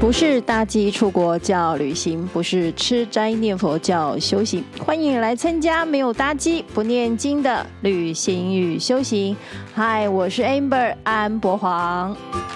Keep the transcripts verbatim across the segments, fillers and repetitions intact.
不是搭机出国叫旅行，不是吃斋念佛叫修行。欢迎来参加没有搭机不念经的旅行与修行。嗨，我是 Amber 安博煌。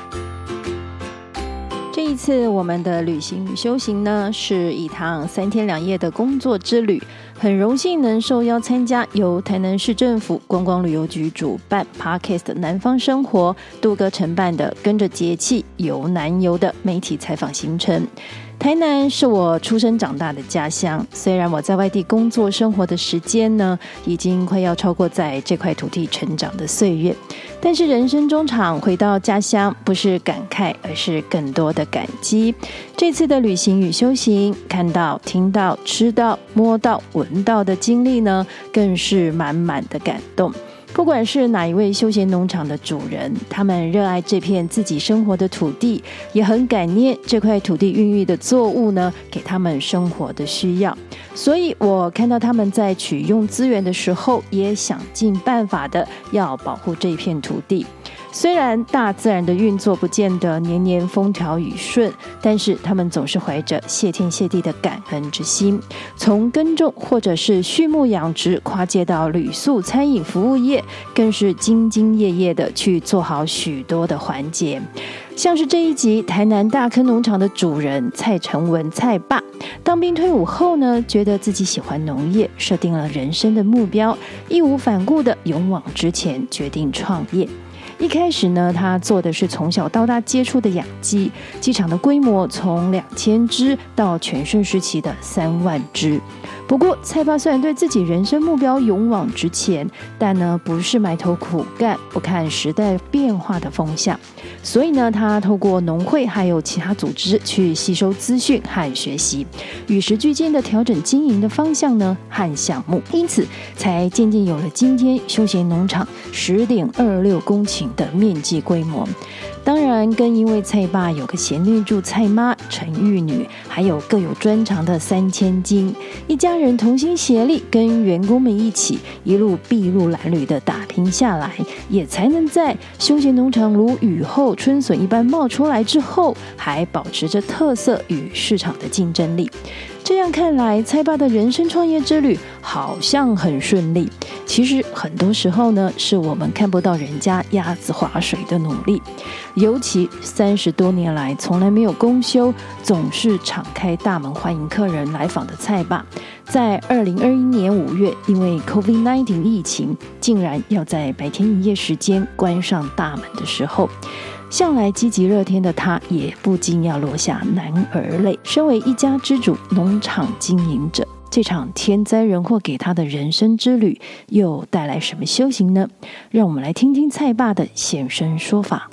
这一次我们的旅行与修行呢，是一趟三天两夜的工作之旅。很荣幸能受邀参加由台南市政府观光旅游局主办 Podcast 南方生活杜哥承办的跟着节气游南游的媒体采访行程。台南是我出生长大的家乡，虽然我在外地工作生活的时间呢，已经快要超过在这块土地成长的岁月，但是人生中场回到家乡，不是感慨，而是更多的感激。这次的旅行与修行，看到、听到、吃到、摸到、闻到的经历呢，更是满满的感动。不管是哪一位休闲农场的主人，他们热爱这片自己生活的土地，也很感念这块土地孕育的作物呢，给他们生活的需要。所以我看到他们在取用资源的时候，也想尽办法的要保护这片土地。虽然大自然的运作不见得年年风调雨顺，但是他们总是怀着谢天谢地的感恩之心，从耕种或者是畜牧养殖跨界到旅宿餐饮服务业，更是兢兢业业的去做好许多的环节。像是这一集台南大坑农场的主人蔡成文蔡爸，当兵退伍后呢，觉得自己喜欢农业，设定了人生的目标，义无反顾的勇往直前，决定创业。一开始呢，他做的是从小到大接触的养鸡，鸡场的规模从两千只到全盛时期的三万只。不过蔡爸虽然对自己人生目标勇往直前，但呢不是埋头苦干，不看时代变化的风向，所以呢他透过农会还有其他组织去吸收资讯和学习，与时俱进的调整经营的方向呢和项目，因此才渐渐有了今天休闲农场 十点二六公顷的面积规模。当然更因为蔡爸有个贤内助蔡妈陈玉女，还有各有专长的三千金，一家人同心协力，跟员工们一起一路筚路蓝缕的打拼下来，也才能在休闲农场如雨后春笋一般冒出来之后，还保持着特色与市场的竞争力。这样看来，蔡爸的人生创业之旅好像很顺利，其实很多时候呢，是我们看不到人家鸭子划水的努力。尤其三十多年来从来没有公休，总是敞开大门欢迎客人来访的蔡爸，在二零二一年五月，因为 COVID 十九 疫情，竟然要在白天营业时间关上大门的时候，向来积极乐天的他，也不禁要落下男儿泪。身为一家之主，农场经营者，这场天灾人祸给他的人生之旅，又带来什么修行呢？让我们来听听蔡爸的现身说法。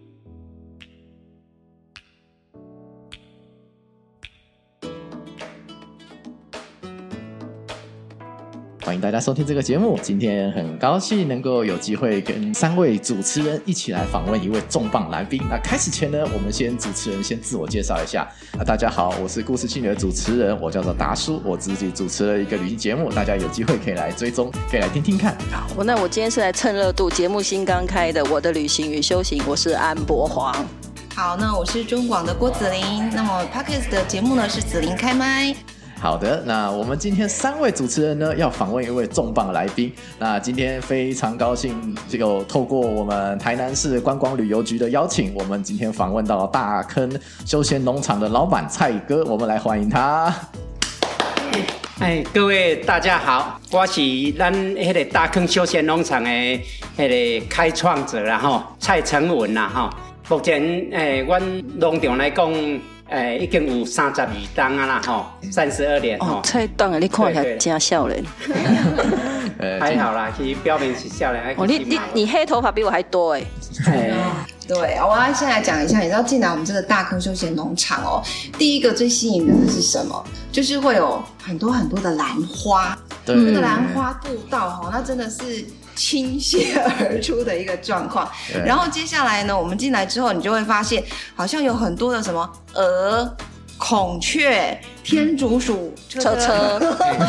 欢迎大家收听这个节目，今天很高兴能够有机会跟三位主持人一起来访问一位重磅来宾。那开始前呢，我们先主持人先自我介绍一下。啊，大家好，我是故事青旅的主持人，我叫做达叔，我自己主持了一个旅行节目，大家有机会可以来追踪，可以来听听看。 好，那我今天是来蹭热度，节目新刚开的我的旅行与修行，我是安博煌。 好，那我是中广的郭子琳，那么 Podcast 的节目呢是子琳开麦。 好的，那我们今天三位主持人呢要访问一位重磅来宾。那今天非常高兴，这个透过我们台南市观光旅游局的邀请，我们今天访问到大坑休闲农场的老板蔡哥，我们来欢迎他。 哎，各位大家好，我是咱迄个大坑休闲农场的迄个开创者啦吼，蔡成文啦吼。目前诶，阮农场来讲。诶、欸，已经有三十二档啊啦，吼，三十二年吼。 哦，菜档啊，你看起来真少年。 还好啦，其实表面是少年。 哦，你你你黑头发比我还多哎。 对，我要先来讲一下，你知道进来我们这个大坑休闲农场哦，第一个最吸引人的是什么？就是会有很多很多的兰花，对，那个兰花步道哈，那真的是倾泻而出的一个状况。然后接下来呢，我们进来之后，你就会发现好像有很多的什么鹅、 孔雀、天竺鼠、 车车，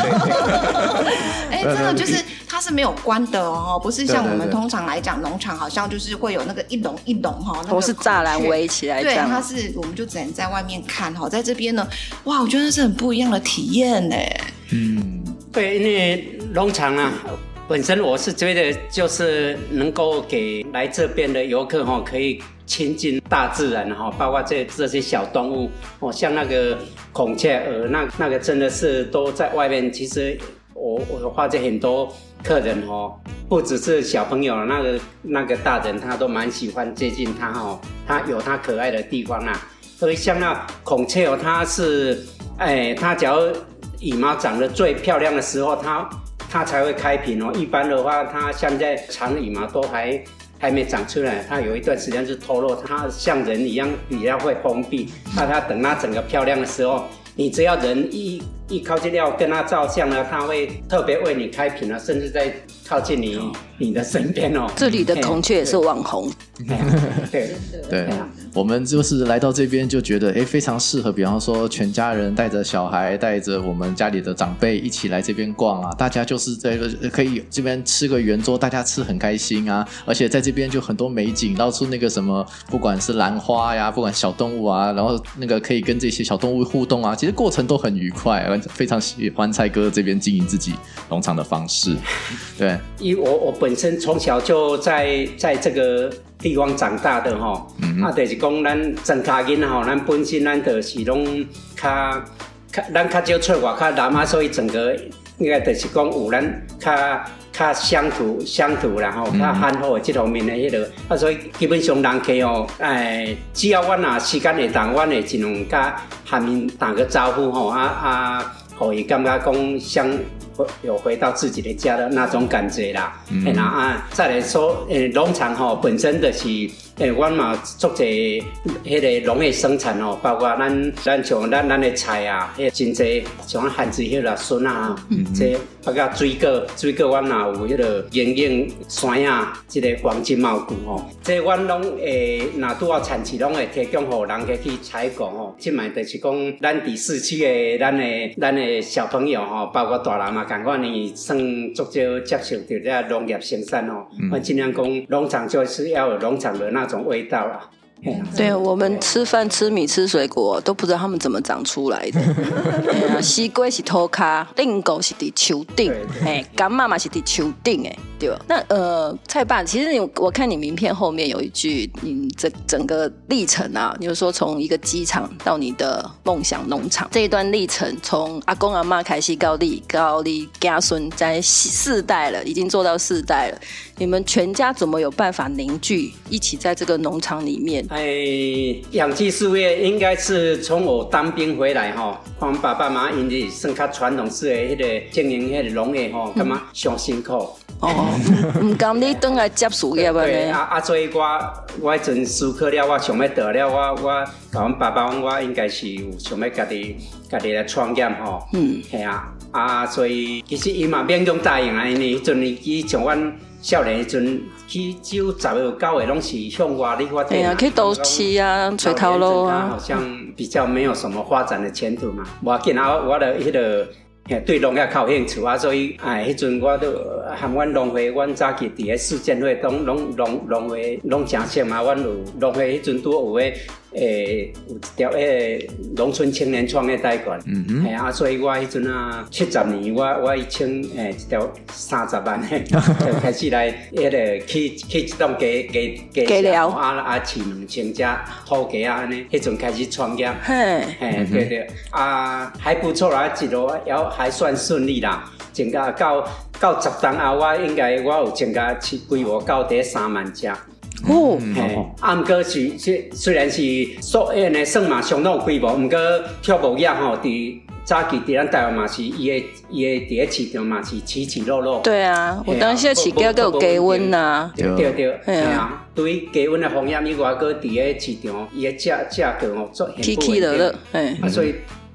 哎，真的就是它是没有关的哦，不是像我们通常来讲农场好像就是会有那个一笼一笼哈， 或是栅栏围起来这样。 对，它是我们就只能在外面看哈，在这边呢，哇，我觉得那是很不一样的体验呢。 嗯，对，因为农场啊。本身我是觉得，就是能够给来这边的游客哈，可以亲近大自然哈，包括这这些小动物哦，像那个孔雀鹅，那那个真的是都在外面。其实我我发现很多客人哦，不只是小朋友，那个那个大人他都蛮喜欢接近它哦，它有它可爱的地方啊。所以像那孔雀哦，它是哎，它只要羽毛长得最漂亮的时候，它它才会开屏哦，一般的话，它现在长羽毛都还还没长出来，它有一段时间是脱落，它像人一样比较会封闭。那它等它整个漂亮的时候，你只要人一一靠近要跟它照相呢，它会特别为你开屏啊，甚至在靠近你、哦、你的身边哦。 这里的孔雀也是网红。 对对，我们就是来到这边就觉得，哎，非常适合，比方说全家人带着小孩，带着我们家里的长辈一起来这边逛啊，大家就是在可以这边吃个圆桌，大家吃很开心啊，而且在这边就很多美景，到处那个什么，不管是兰花呀，不管小动物啊，然后那个可以跟这些小动物互动啊，其实过程都很愉快，非常喜欢蔡哥这边经营自己农场的方式。对， 因为我我本身从小就在在这个地方长大的吼，嗯、啊，就是讲咱庄脚囡吼，咱本身咱就是拢较较咱较少出外较南啊，所以整个应该就是讲有咱较较乡土乡土啦吼，较憨厚的这方面的迄、那个，啊，所以基本上人客哦，哎，只要阮若时间会当，阮会尽量甲下因打个招呼吼，啊啊，互伊感觉讲相。有回到自己的家的那种感觉啦，嗯、然后啊，再来说，诶，农场吼本身就是，诶，阮嘛做者迄个农业生产哦，包括咱咱像咱咱的菜啊，迄真济像番薯迄个笋啊，嗯、这包括水果，水果阮也有迄个营养山啊，这个黄金毛菇吼，这阮拢会若拄好产期拢会提供互人去采购吼。即卖就是讲，咱伫市区的咱的咱的小朋友吼，包括大人嘛。感觉你算足少接受到这农业生产哦，我尽量讲农场就是要有农场的那种味道啦。 对，我们吃饭吃米吃水果都不知道他们怎么长出来的。啊，西瓜是土卡，令狗是伫树顶，哎，柑妈妈是伫树顶，哎，对吧？那呃，蔡爸，其实你我看你名片后面有一句，你这整个历程啊，就是说从一个机场到你的梦想农场这一段历程，从阿公阿嬷开始到你到你家孙，在四代了，已经做到四代了。你们全家怎么有办法凝聚一起在这个农场里面？ 哎，养鸡事业应该是从我当兵回来吼，看爸爸妈妈因是算较传统式的迄个经营迄个农业吼，感觉上辛苦。 哦，唔甘你转来接事业啊？ 对啊啊，所以我我迄阵思考了，我想要得了，我我甲阮爸爸讲，我应该是有想要家己家己来创业吼。嗯，系啊啊，所以其实伊嘛勉强答应啊，因为迄阵伊像阮。少年迄阵去只有十个九个拢是向外地发展， 对啊，去都市啊，找头路啊， 好像比较没有什么发展的前途嘛。无要紧啊，我的迄个对农业较有兴趣啊，所以哎，迄阵我都含阮农会，阮早期伫个市建会拢拢农农会拢诚熟嘛，阮有农会迄阵拄有诶。诶，有一条诶农村青年创业贷款，嗯嗯，啊，所以我迄阵啊七十年，我我一千诶一条三十万诶，就开始来迄个去去一栋家家家寮，啊啊饲两千只土鸡啊安尼，迄阵开始创业，嘿，嘿，对对，啊还不错啦，一路也还算顺利啦，增加到到十档啊，我应该我有增加去规模到第三万只。 哦， 嘿，啊，毋过是虽然是所诶呢算嘛相当规模，毋过跳舞业吼，伫早期伫咱台湾嘛是伊诶伊诶伫咧市场嘛是起起落落。 对啊，有当时市价都有加温呐。 对对对，系啊，对于加温诶风险以外，佮伫咧市场伊诶价价格吼做起起落落， 啊，所以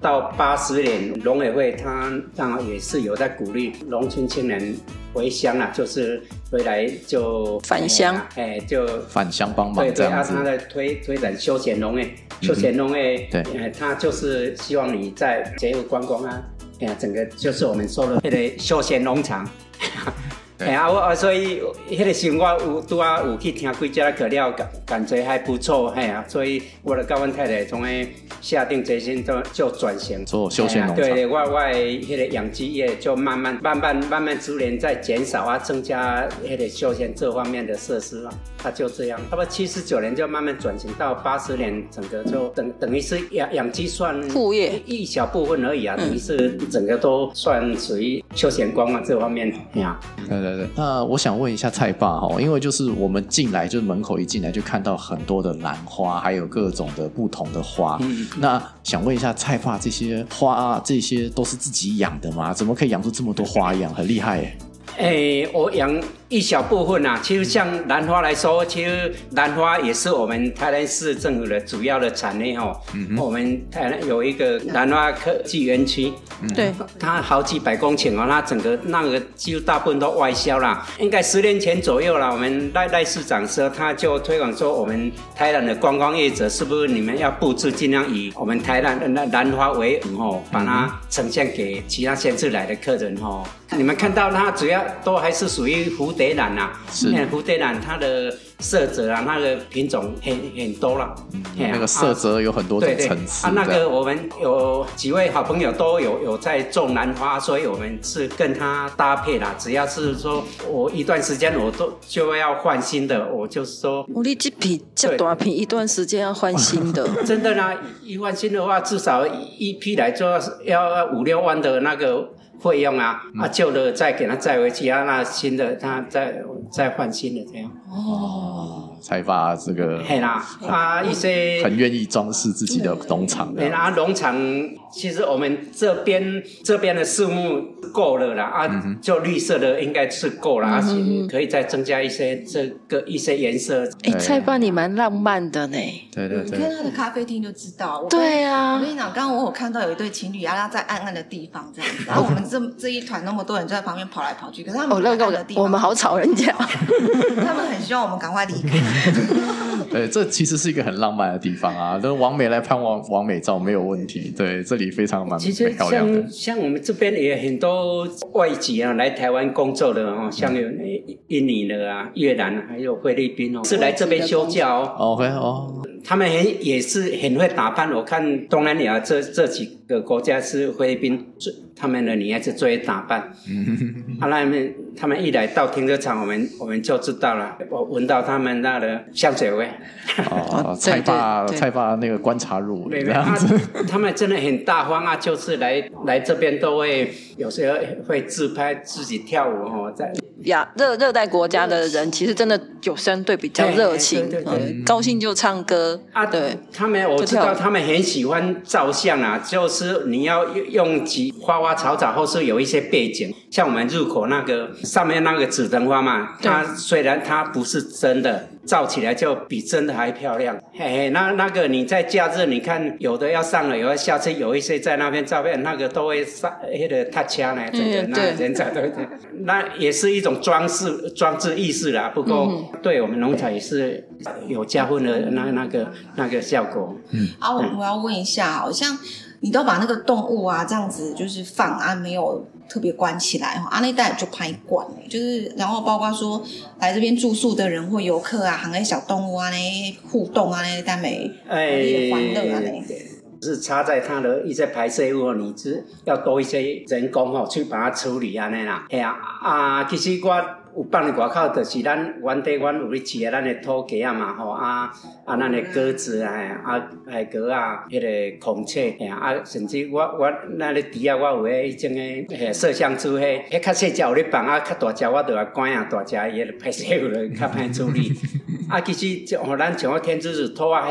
到八十年，农委会它当然也是有在鼓励农村青年回乡啊，就是回来就返乡， 哎，就返乡帮忙对对，啊， 这样子。 他在推推展休闲农业，休闲农业， 对， 呃，他就是希望你在节日观光啊，哎呀，整个就是我们说的那个休闲农场。哎呀，我所以迄个时候我有拄啊有去听几节课了，感感觉还不错，嘿啊，所以我就跟阮太太从诶下定决心就就转型做休闲农场。 对对，我我迄个养鸡业就慢慢慢慢慢慢逐年在减少啊，增加迄个休闲这方面的设施啊，它就这样，差不多七十九年就慢慢转型到八十年，整个就等等于是养养鸡算副业一小部分而已啊，等于是整个都算属于休闲观光这方面呀。 对对对，那我想问一下蔡爸哈，因为就是我们进来，就是门口一进来就看到很多的兰花，还有各种的不同的花。嗯，那想问一下蔡爸，这些花这些都是自己养的吗？怎么可以养出这么多花样？很厉害耶！ 诶，我养一小部分啊。其实像兰花来说，其实兰花也是我们台南市政府的主要的产业哦。嗯、我们台南有一个兰花科技园区， 对、 嗯，它好几百公顷哦，它整个那个几乎大部分都外销啦。应该十年前左右啦，我们赖赖市长说，他就推广说，我们台南的观光业者是不是你们要布置尽量以我们台南的兰花为主哦，把它呈现给其他县市来的客人哦。你们看到它主要都还是属于蝴蝶兰啊，是蝴蝶兰它的色泽啊，那个品种很很多啦、 嗯，那个色泽有很多种层次。 啊，那个我们有几位好朋友都有有在种兰花，所以我们是跟它搭配啦。只要是说我一段时间我都就要换新的，我就是说， 我你这批这大批一段时间要换新的， 真的啦，一换新的话，至少一批来做要五六万的那个费用啊，嗯、啊旧的再给它载回去啊，那新的它再再换新的这样。 哦，才把这个嘿啦啊一些很愿意装饰自己的农场。 嘿啦，农场其实我们这边这边的树木够了啦啊，嗯、就绿色的应该是够了，而且、嗯、可以再增加一些这个一些颜色。 哎，蔡爸你蛮浪漫的呢。 对对对， 你看他的咖啡厅就知道。 对啊， 我跟你讲，刚刚我有看到有一对情侣，然后在暗暗的地方这样子，然后我们这这一团那么多人就在旁边跑来跑去，可是他们暗暗的地方， 我们好吵人家， 他们很希望我们赶快离开。 对，这其实是一个很浪漫的地方啊，那网美来拍网网美照没有问题。对，这里非常蛮漂亮的。 像像我们这边也很多外籍啊来台湾工作的哦，像有印尼的啊、越南啊，还有菲律宾哦，是来这边休假哦。 OK 哦， 他们很也是很会打扮。我看东南亚这这几个国家是菲律宾，他们的女孩子最会打扮。啊，他们他们一来到停车场，我们我们就知道了。我闻到他们那的香水味。 哦，蔡爸蔡爸那个观察入这样子、 啊。他们真的很大方啊，就是来来这边都会有时候会自拍自己跳舞哦，在。 呀，热热带国家的人其实真的有相对比较热情， 对对对对嗯、高兴就唱歌啊。对，他们我知道他们很喜欢照相啊，就是你要用几花花草草，或是有一些背景，像我们入口那个上面那个紫藤花嘛，它虽然它不是真的，照起来就比真的还漂亮。嘿嘿，那那个你在假日你看有的要上了，有的下次有一些在那边照片，那个都会上那个踏车呢，这个那人才对对，那也是一种装饰装置艺术啦。不过、嗯、对我们农场也是有加分的那那个那个效果。 嗯，好，我我要问一下，好像你都把那个动物啊这样子就是放啊，没有特别关起来哈，啊那带就拍惯了，就是然后包括说来这边住宿的人或游客啊，和那些小动物啊那互动啊那些带美哎欢乐啊那。 是插在它的一些排泄物，你只要多一些人工吼去把它处理安尼啦。嘿啊啊，其实我有放伫外口，就是咱原地阮有咧饲咱的土鸡啊嘛吼啊啊，咱的鸽子啊啊海鸽啊，迄、那个孔雀嘿啊，甚至我我咱咧猪啊，我有迄种诶嘿摄像机，迄迄较细只有咧放啊，较大只我就要关啊，大只伊个排泄物就较歹处理。啊，其实像咱像我天竺鼠兔啊，迄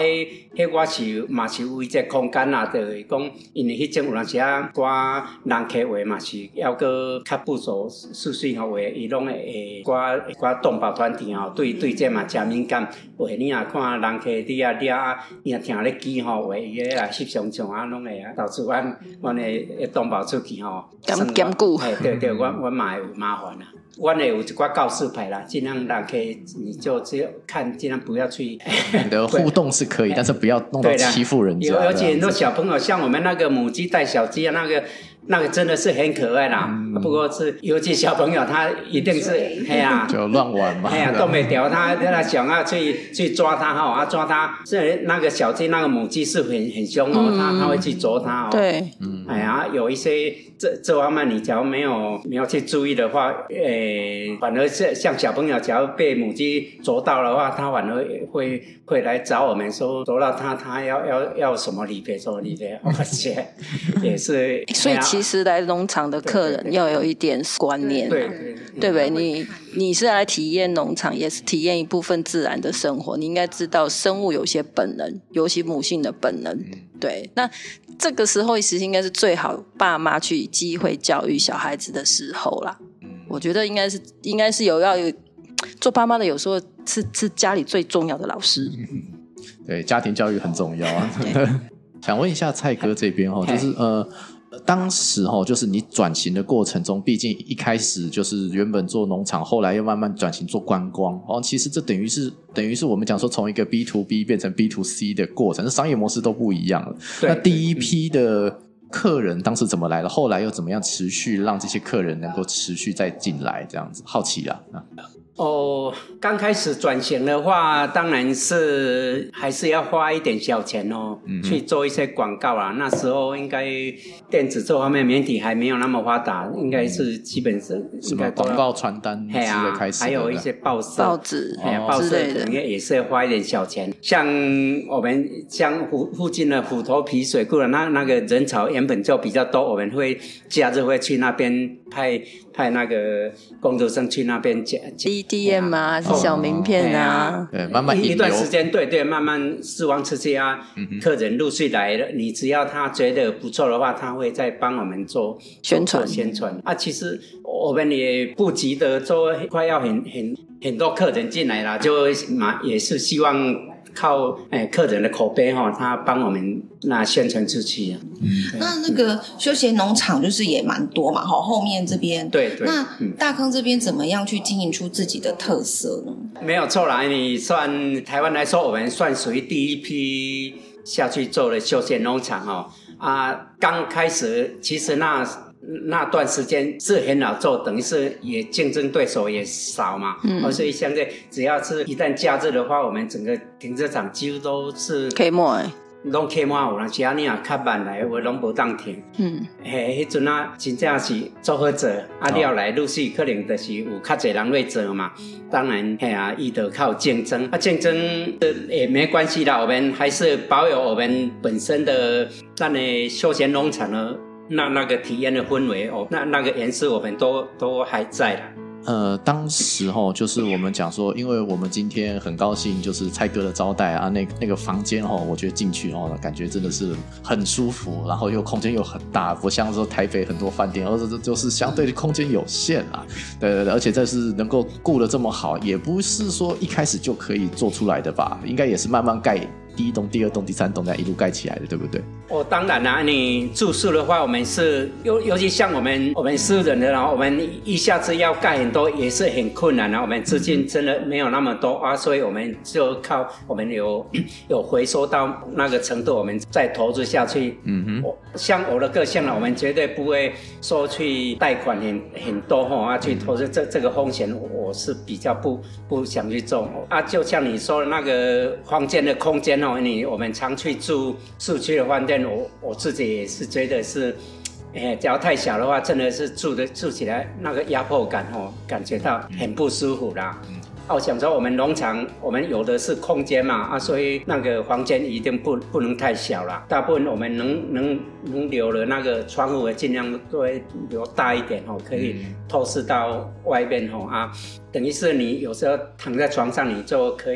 迄我是嘛是为这空间啊，就是讲，因为迄阵有阵时啊，寡人客话嘛是要个较不熟细细吼话，伊拢会寡寡动保团体吼，对对这嘛真敏感。话你若看人客伫啊掠啊，伊若听咧记吼话，伊咧来翕相像啊，拢会啊，导致阮阮的动保出去吼， 咁坚固。 嘿，对对，阮阮嘛会有麻烦啦。阮也有一寡告示牌啦，尽量人可以，你就只有看，尽量不要去。 你的互动是可以，但是不要弄到欺负人家。 而且很多小朋友，像我们那个母鸡带小鸡啊，那个那个真的是很可爱啦。嗯、不过是尤其小朋友，他一定是嘿呀， 就乱玩嘛。 嘿呀，都没掉，他他想要去去抓它哈，啊抓它，是那个小鸡那个母鸡是很很凶哦，他、嗯、他会去啄它哦。 对， 嗯，哎呀，有一些这这方面，你假如没有没有去注意的话，诶，反而是像小朋友，假如被母鸡啄到的话，他反而会会来找我们说，啄到他，他要要要什么理赔，什么理赔，而且也是。 所以其实来农场的客人要有一点观念， 对对对不对？你你是来体验农场，也是体验一部分自然的生活，你应该知道生物有些本能，尤其母性的本能。对，那这个时候其实应该是最好爸妈去机会教育小孩子的时候啦。我觉得应该是应该是有要有做爸妈的，有时候是是家里最重要的老师。 对，家庭教育很重要啊。想问一下蔡哥这边哦，就是呃。当时齁，就是你转型的过程中，毕竟一开始就是原本做农场，后来又慢慢转型做观光哦。其实这等于是等于是我们讲说从一个 B to B 变成 B to C 的过程，商业模式都不一样了。那第一批的客人当时怎么来了？后来又怎么样持续让这些客人能够持续再进来？这样子好奇啊。 哦，刚开始转型的话，当然是还是要花一点小钱哦，嗯、去做一些广告啦。那时候应该电子这方面媒体还没有那么发达，应该是基本上什么广告传单之类开始的、 啊，还有一些报社、 报纸、 哦、报社应该也是要花一点小钱。像我们像附附近的虎头皮水库的那那个人潮原本就比较多，我们会假日会去那边派。派那个工作生去那边讲 D D M 啊，是小名片啊， 对，慢慢一段时间，对对，慢慢释放出去啊，嗯、客人陆续来了，你只要他觉得不错的话，他会再帮我们做宣传宣传啊。其实我们也不急得做，快要很很很多客人进来了，就嘛也是希望。靠诶客人的口碑哈，他帮我们那宣传出去啊。 嗯，那那个休闲农场就是也蛮多嘛，哈，后面这边对对。 那大坑这边怎么样去经营出自己的特色呢？ 没有错啦，你算台湾来说，我们算属于第一批下去做的休闲农场哦。啊，刚开始其实那。那段时间是很好做，等于是也竞争对手也少嘛，嗯，所以现在只要是一旦假日的话，我们整个停车场几乎都是开满的， 拢开满，有人是安尼啊，较慢来，我拢无当停。嗯，嘿，迄阵啊，真正是做好做，啊了来陆续可能就是有较侪人来做嘛。当然，嘿啊，伊就靠竞争，啊竞争也没关系啦，我们还是保有我们本身的咱的休闲农场的。那那个体验的氛围哦，那那个颜色我们都都还在啦。 呃，当时齁，就是我们讲说，因为我们今天很高兴，就是蔡哥的招待啊，那那个房间齁，我觉得进去齁，感觉真的是很舒服，然后又空间又很大，不像说台北很多饭店，而且就是相对的空间有限啦。对对对，而且这是能够顾得这么好，也不是说一开始就可以做出来的吧？应该也是慢慢盖。第一栋、第二栋、第三栋，这样一路盖起来的，对不对？ 哦，当然啦、啊，你住宿的话，我们是尤尤其像我们我们私人的，然后我们一下子要盖很多，也是很困难啊。我们资金真的没有那么多啊，所以我们就靠我们有有回收到那个程度，我们再投资下去。嗯哼，像我的个性呢，我们绝对不会说去贷款很很多哈啊，去投资这这个风险，我是比较不不想去做啊。就像你说的那个房间的空间。你我们常去住市区的饭店，我我自己也是觉得是，哎，只要太小的话，真的是住的住起来那个压迫感哦，感觉到很不舒服啦。嗯我想说，我们农场我们有的是空间嘛，啊，所以那个房间一定不不能太小啦。大部分我们能能能留的那个窗户，尽量都会留大一点哦，可以透视到外面哦啊。等于是你有时候躺在床上，你就可以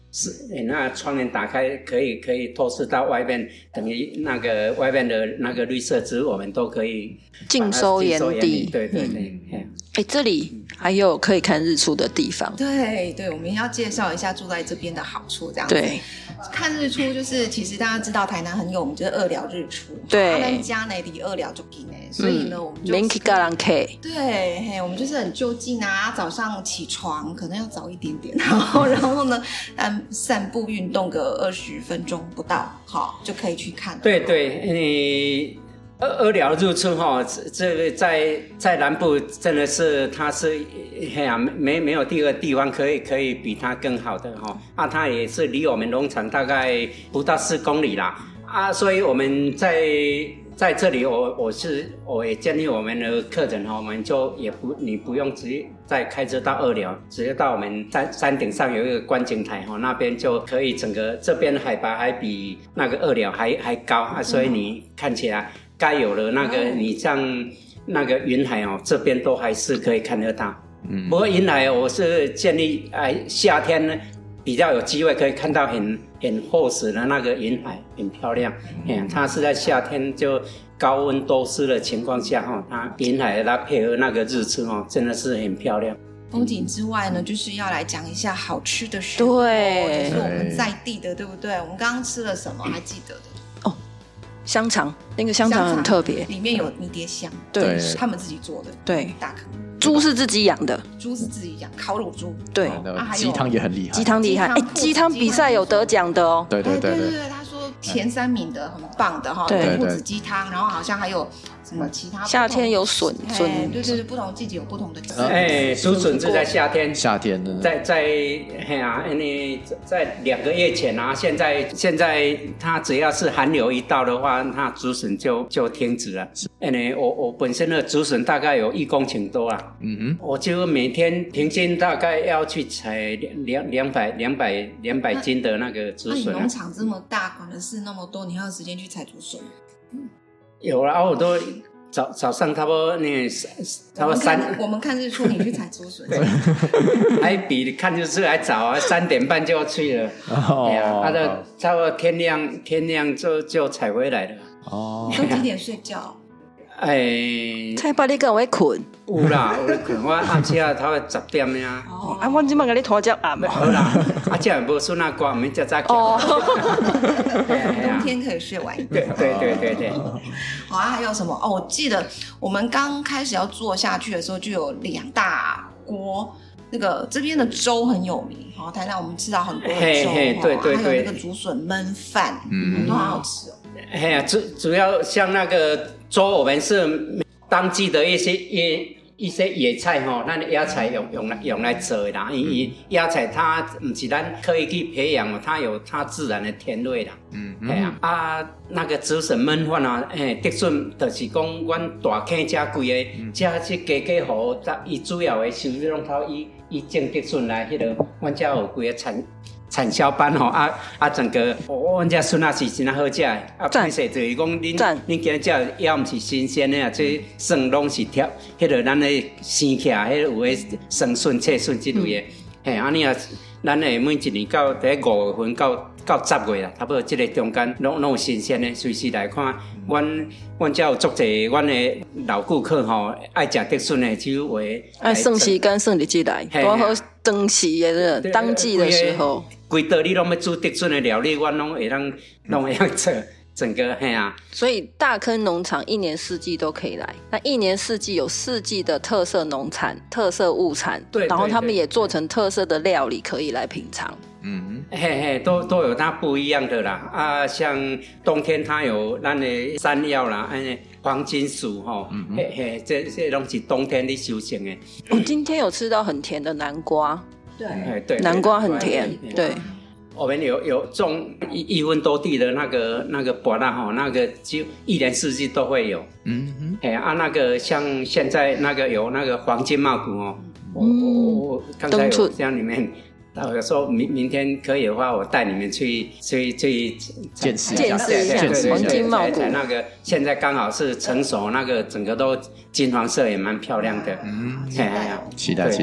是，那窗帘打开可以可以透视到外面，等于那个外面的那个绿色植物，我们都可以尽收眼底。 对对对。哎、 嗯，这里还有可以看日出的地方。 对对，我们要介绍一下住在这边的好处，这样子。 对， 看日出就是其实大家知道台南很有名，就是二寮日出。 对， 咱家呢离二寮就近呢，所以呢、嗯、我们就免去跟人客。 对，嘿，我们就是很就近啊，早上起床可能要早一点点，然后然后呢，嗯，散步运动个二十分钟不到，好就可以去看了。 对对，你。二二寮日出哈，这个在在南部真的是它是哎呀没没有第二个地方可以可以比它更好的哈啊，它也是离我们农场大概不到四公里啦啊，所以我们在在这里我我是我也建议我们的客人哈，我们就也不你不用直接再开车到二寮，直接到我们山山顶上有一个观景台哈，那边就可以整个这边海拔还比那个二寮还还高啊，所以你看起来。该有的那个，你像那个云海哦，这边都还是可以看得到。嗯，不过云海我是建议，哎，夏天呢比较有机会可以看到很很厚实的那个云海，很漂亮。嗯，它是在夏天就高温多湿的情况下哈，它云海它配合那个日出哦，真的是很漂亮。 风景之外呢，就是要来讲一下好吃的食物， 对， 就是我们在地的，对不对？我们刚刚吃了什么？还记得的？ 香肠，那个香肠很特别， 里面有迷迭香， 对， 是他们自己做的， 对， 大颗。 猪是自己养的， 猪是自己养，烤乳猪， 对， 啊、鸡汤也很厉害， 鸡汤厉害，哎，鸡汤比赛有得奖的哦， 对对对对对，他说前三名的很棒的哈， 对， 兔子鸡汤，然后好像还有什么其他， 夏天有笋笋， 对对对，不同季节有不同的， 哎，竹笋是在夏天， 夏天的， 在在嘿啊，你在两个月前啊，现在现在它只要是寒流一到的话，它竹笋就就停止了。哎呢，我我本身的竹笋大概有一公顷多啦，嗯哼，我就每天平均大概要去采两两百两百两百斤的那个竹笋。 那你农场这么大，管的事那么多，你还有时间去采竹笋？ 嗯，有啦，我都。早早上差不多那差不多三， 我们看日出，你去采竹笋， 还比看日出还早啊，三点半就要去了。哦，哎呀，啊，的差不多天亮天亮就就采回来了。 哦，你都几点睡觉？ 哎， 才把你跟我困。 有啦，有咧困，我暗时啊，差不多十点呀。 哦，啊，我即摆甲你拖只暗。 好啦，啊，这样无孙啊歌，唔免早早起。哦， 冬天可以睡晚一点。对对对对对。 好啊，还有什么？哦，我记得我们刚开始要做下去的时候，就有两大锅。那个这边的粥很有名，好，台南我们吃到很多的粥， 嘿嘿对对对， 还有那个竹笋焖饭，嗯，都很好吃哦。 嘿呀，主主要像那个粥，我们是当季的一些野一些野菜吼，咱野菜用用来用来做的啦。因为野菜它不是咱刻意去培养哦，它有它自然的甜味啦。嗯，哎呀啊，那个竹笋焖饭啊，嘿，竹笋就是讲阮大坑遮贵的，遮去加加好，伊主要的收入拢靠伊伊种竹笋来迄个，阮遮有几个产。产销班吼啊啊，整个阮遮笋啊是真好食的，啊，歹势就是讲恁恁今日食也毋是新鲜的啊，这笋拢是挑迄个咱的生起来，迄个有诶生笋、脆笋之类的，嘿，安尼啊，咱诶每一年到第五月份到到十月啦，差不多即个中间拢拢有新鲜的，随时来看。阮阮遮有足侪阮的老顾客吼，爱食竹笋的，就会爱算时间算日子来，多好当时的当季的时候。 规道你拢要煮竹笋的料理，我拢会当拢会当做整个嘿啊。 所以大坑农场一年四季都可以来，那一年四季有四季的特色农产、特色物产， 对， 然后他们也做成特色的料理可以来品尝。 嗯，嘿嘿，都都有它不一样的啦啊，像冬天它有咱的山药啦，安黄金薯吼，嗯、嘿嘿，这这拢是冬天的修行的。 我、哦、今天有吃到很甜的南瓜。 对， 对， 南瓜很甜，对。 我们有有种一一温多地的那个那个芭乐哈，那个就一年四季都会有。嗯哼，哎啊，那个像现在那个有那个黄金茂谷哦，我我我刚才有像你们，有时候明明天可以的话，我带你们去去去见识一下， 见识黄金茂谷那个现在刚好是成熟，那个整个都金黄色也蛮漂亮的。嗯， 哎呀，期待期待。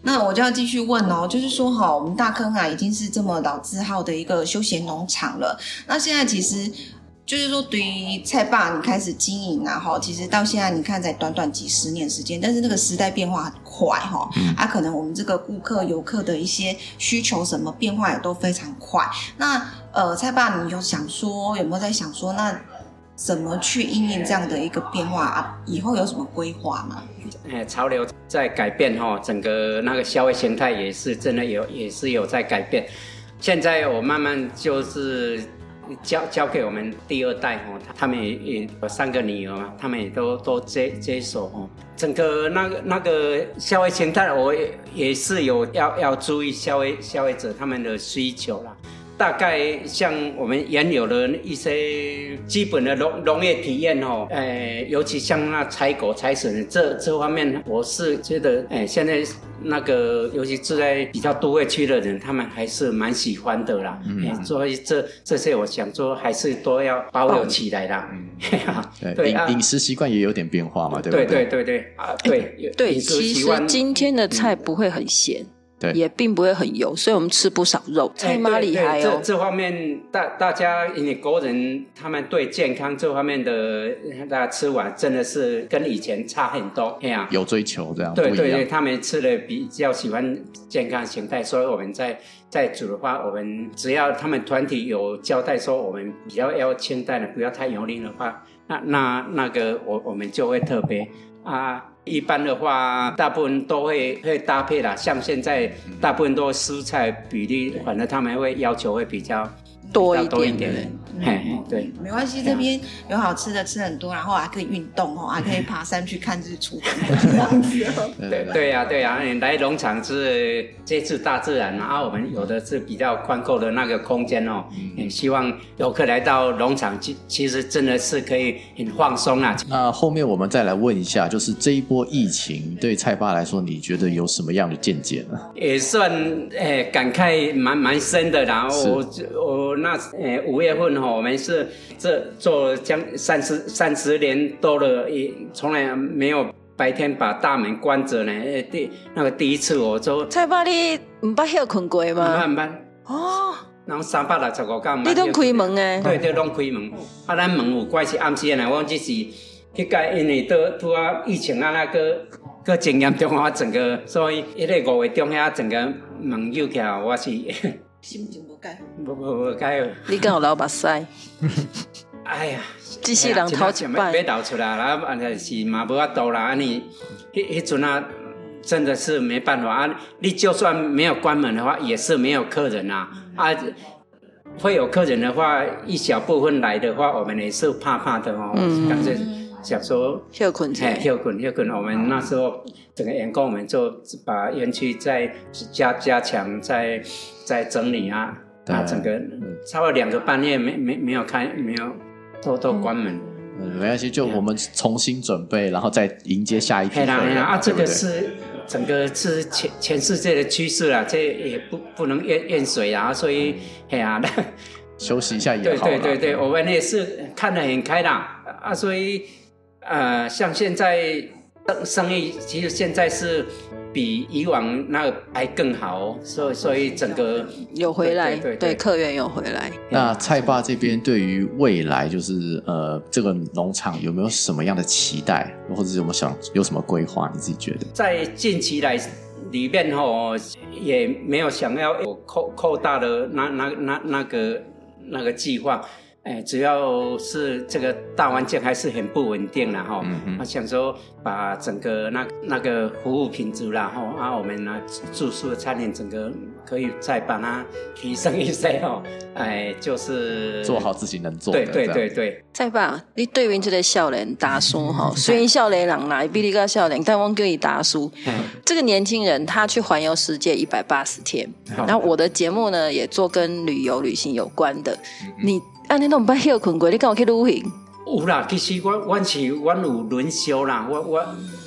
那我就要继续问哦，就是说哈，我们大坑啊已经是这么老字号的一个休闲农场了，那现在其实就是说对于菜爸你开始经营啊哈，其实到现在你看才短短几十年时间，但是那个时代变化很快哈，嗯、啊可能我们这个顾客游客的一些需求什么变化也都非常快。那呃菜爸你有想说有没有在想说那怎么去因应这样的一个变化啊？以后有什么规划吗？ 哎，潮流在改变哈，整个那个消费形态也是真的有，也是有在改变。现在我慢慢就是交交给我们第二代哈，他们也也有三个女儿嘛，他们也都都接接手哈。整个那个那个消费形态，我也也是有要要注意消费消费者他们的需求啦。大概像我们原有的一些基本的农农业体验哦，呃，尤其像那采果采笋这这方面，我是觉得，哎、呃，现在那个尤其住在比较都会区的人，他们还是蛮喜欢的啦。嗯、欸，所以这这些我想说，还是都要保留起来啦。嗯， 对，对啊，饮食习惯也有点变化嘛，对不对？ 对对对对啊，对、欸、 对，其实今天的菜不会很咸。嗯也并不会很油，所以我们吃不少肉。菜妈厉害哦！ 这这方面大大家因为国人他们对健康这方面的，大家吃完真的是跟以前差很多。啊、 有追求这样。 对对对，他们吃的比较喜欢健康形态，所以我们在在煮的话，我们只要他们团体有交代说我们比较要清淡的，不要太油腻的话，那那那个我我们就会特别啊。一般的话，大部分都会会搭配啦。像现在大部分都蔬菜比例，反正他们会要求会比较多一点， 多一点。嗯，对， 没关系，这边有好吃的，吃很多，然后还可以运动哦，还可以爬山去看日出这样子。 对对呀、啊、对呀、啊，你来农场是接触大自然啊，我们有的是比较宽阔的那个空间哦，也希望游客来到农场，其其实真的是可以很放松啊。 那后面我们再来问一下，就是这一波疫情对菜爸来说，你觉得有什么样的见解呢？ 也算诶、欸、感慨蛮蛮深的啦。我我那诶五、欸、月份哈、哦，我们是这做将三十三十年多了，也从来没有白天把大门关着呢。诶，第那个第一次我做菜爸，你唔捌休困过吗？ 唔捌唔捌哦。然后三百六十五天， 你拢开门诶？ 对对，拢开门。啊，咱门有关是暗时呢，我只是迄个因为拄拄啊疫情啊那个个真严重啊，整个所以迄个五月中遐整个门有起来，我是心情无改， 无无无改。 你敢有流目屎？ 哎呀， 这世人头一摆要流出来啦，啊是嘛无法度啦，啊你迄迄阵啊。真的是没办法啊！你就算没有关门的话，也是没有客人啊！啊，会有客人的话，一小部分来的话，我们也是怕怕的哦。嗯，感觉想说休困哎，休困休困。我们那时候整个员工，我们就把园区再加加强，再再整理啊啊，整个差不多两个半月没没没有开，没有都都关门。 嗯，没关系，就我们重新准备，然后再迎接下一批客人啊！这个是整个是全全世界的趋势啦，这也不不能怨怨谁啊，所以哎呀， 休息一下也好。 对对对对，我们也是看得很开啦啊，所以呃，像现在生意其实现在是比以往那个还更好哦，所以所以整个有回来， 对对对对客源有回来。 那菜爸这边对于未来就是呃这个农场有没有什么样的期待，或者是有没有想有什么规划？你自己觉得？ 在近期来里面哦，也没有想要有扩扩大的那那那那个那个计划。哎，主要是这个大环境还是很不稳定啦哈。嗯我想说把整个那那个服务品质啦哈，啊我们呢住宿的餐饮整个可以再把它提升一些哈。哎，就是做好自己能做的。 对对对对。 再吧，你对面这个少年大叔哈，虽然少年人来比你个少年，但我叫你大叔。这个年轻人他去环游世界一百八十天，然后我的节目呢也做跟旅游旅行有关的，你。啊，你都唔捌休困过，你敢有去旅行？ 有啦，其实我我是我有轮休啦，我我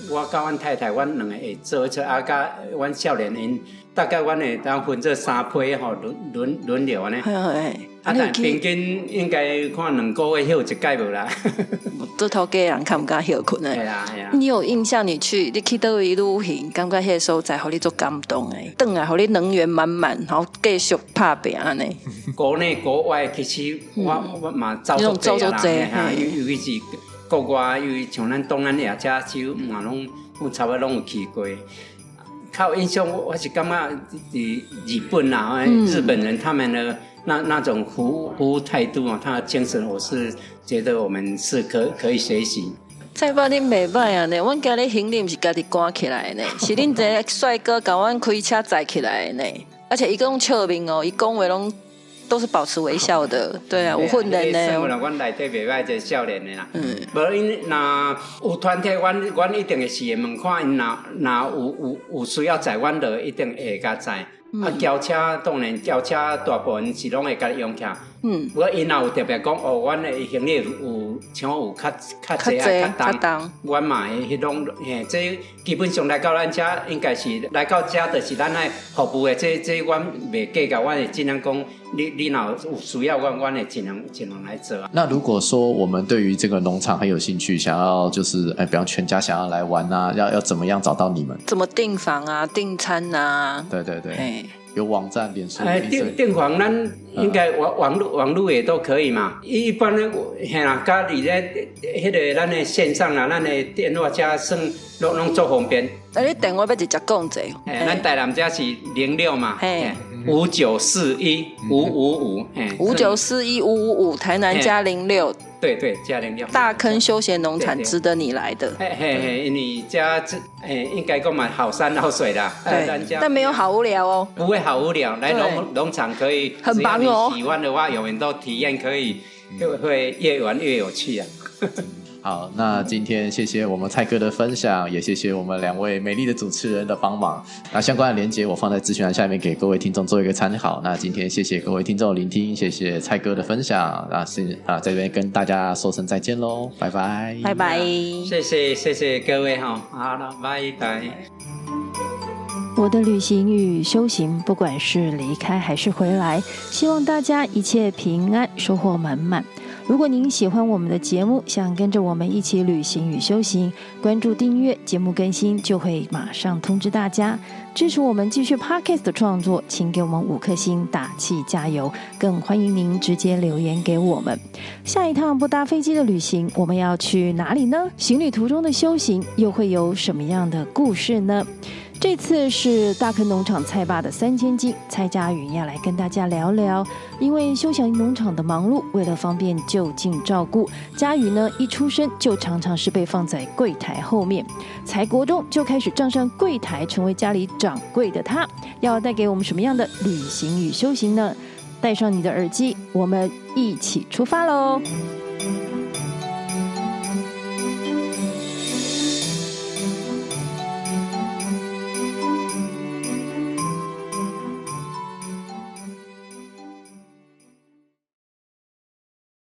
我甲阮太太，阮两个会做做，啊，甲阮少年因，大概阮会当分做三批吼，轮轮轮流安尼。啊，但平均应该看两个月休一届无啦。 做头家人看不敢休困诶。 系啦系啦。 你有印象？你去你去倒位旅行，感觉迄个所在，互你足感动诶。转来，互你能源满满，然后继续拍拼安尼。 国内国外其实我我嘛走足济啦，尤尤其是国外，尤其像咱东南亚遮，就嘛拢我差不多拢有去过。较有印象，我我是感觉日日本啊，嗯、日本人他们的那那种服务服务态度啊，他的精神，我是觉得我们是可可以学习。 蔡爸恁袂歹啊呢，阮今日行李毋是家己赶起来的呢，是恁一个帅哥甲阮开车载起来的呢，而且伊讲笑面哦，伊讲话拢都是保持微笑的，对啊，有混人呢。 算啦，阮内底袂歹，一个少年的啦。嗯，无因若有团体，阮阮一定会是会问看因，若若有有有需要载，阮就一定会甲载。嗯、啊，轿车当然，轿车大部分是拢会家己用起。嗯，不过因若有特别讲，哦，阮的行李有像有较较济啊，较重，阮嘛会迄种，嘿，这基本上来到咱遮，应该是来到遮，就是咱爱服务的，这这阮袂计较，阮会尽量讲，你你若有需要，阮阮会尽量尽量来做啊。 那如果说我们对于这个农场很有兴趣，想要就是哎，比方全家想要来玩啊，要要怎么样找到你们？ 怎么订房啊，订餐啊？ 对对对。有网站、脸书。 哎，订订房咱应该网网络网络也都可以嘛。一般咧，嘿啦，家己咧，迄个咱的线上啦，咱的电话加算拢拢足方便。 啊，你电话要直接讲者。 哎，咱台南家是零六嘛，嘿，五九四一五五五，嘿， 五九四一五五五，台南加零六。 对对，加零六。 大坑休闲农场值得你来的。 嘿嘿嘿，你家这诶，应该购买好山好水啦。 对，但没有好无聊哦。 不会好无聊，来农农场可以很棒哦。 喜欢的话，永远都体验可以，就会越玩越有趣啊。 好，那今天谢谢我们蔡哥的分享，也谢谢我们两位美丽的主持人的帮忙。那相关的连结我放在资讯栏下面，给各位听众做一个参考。那今天谢谢各位听众的聆听，谢谢蔡哥的分享。那是啊，在这边跟大家说声再见喽，拜拜， 拜拜， 谢谢谢谢各位哈，好了，拜拜。 我的旅行与修行，不管是离开还是回来，希望大家一切平安，收获满满。如果您喜欢我们的节目，想跟着我们一起旅行与修行，关注订阅，节目更新就会马上通知大家。支持我们继续 Podcast 的创作，请给我们五颗星打气加油，更欢迎您直接留言给我们。下一趟不搭飞机的旅行，我们要去哪里呢？行旅途中的修行又会有什么样的故事呢？这次是大坑农场蔡爸的三千金，蔡佳云要来跟大家聊聊。因为休闲农场的忙碌，为了方便就近照顾，佳云呢一出生就常常是被放在柜台后面，才国中就开始站上柜台，成为家里掌柜的他，要带给我们什么样的旅行与修行呢？戴上你的耳机，我们一起出发喽！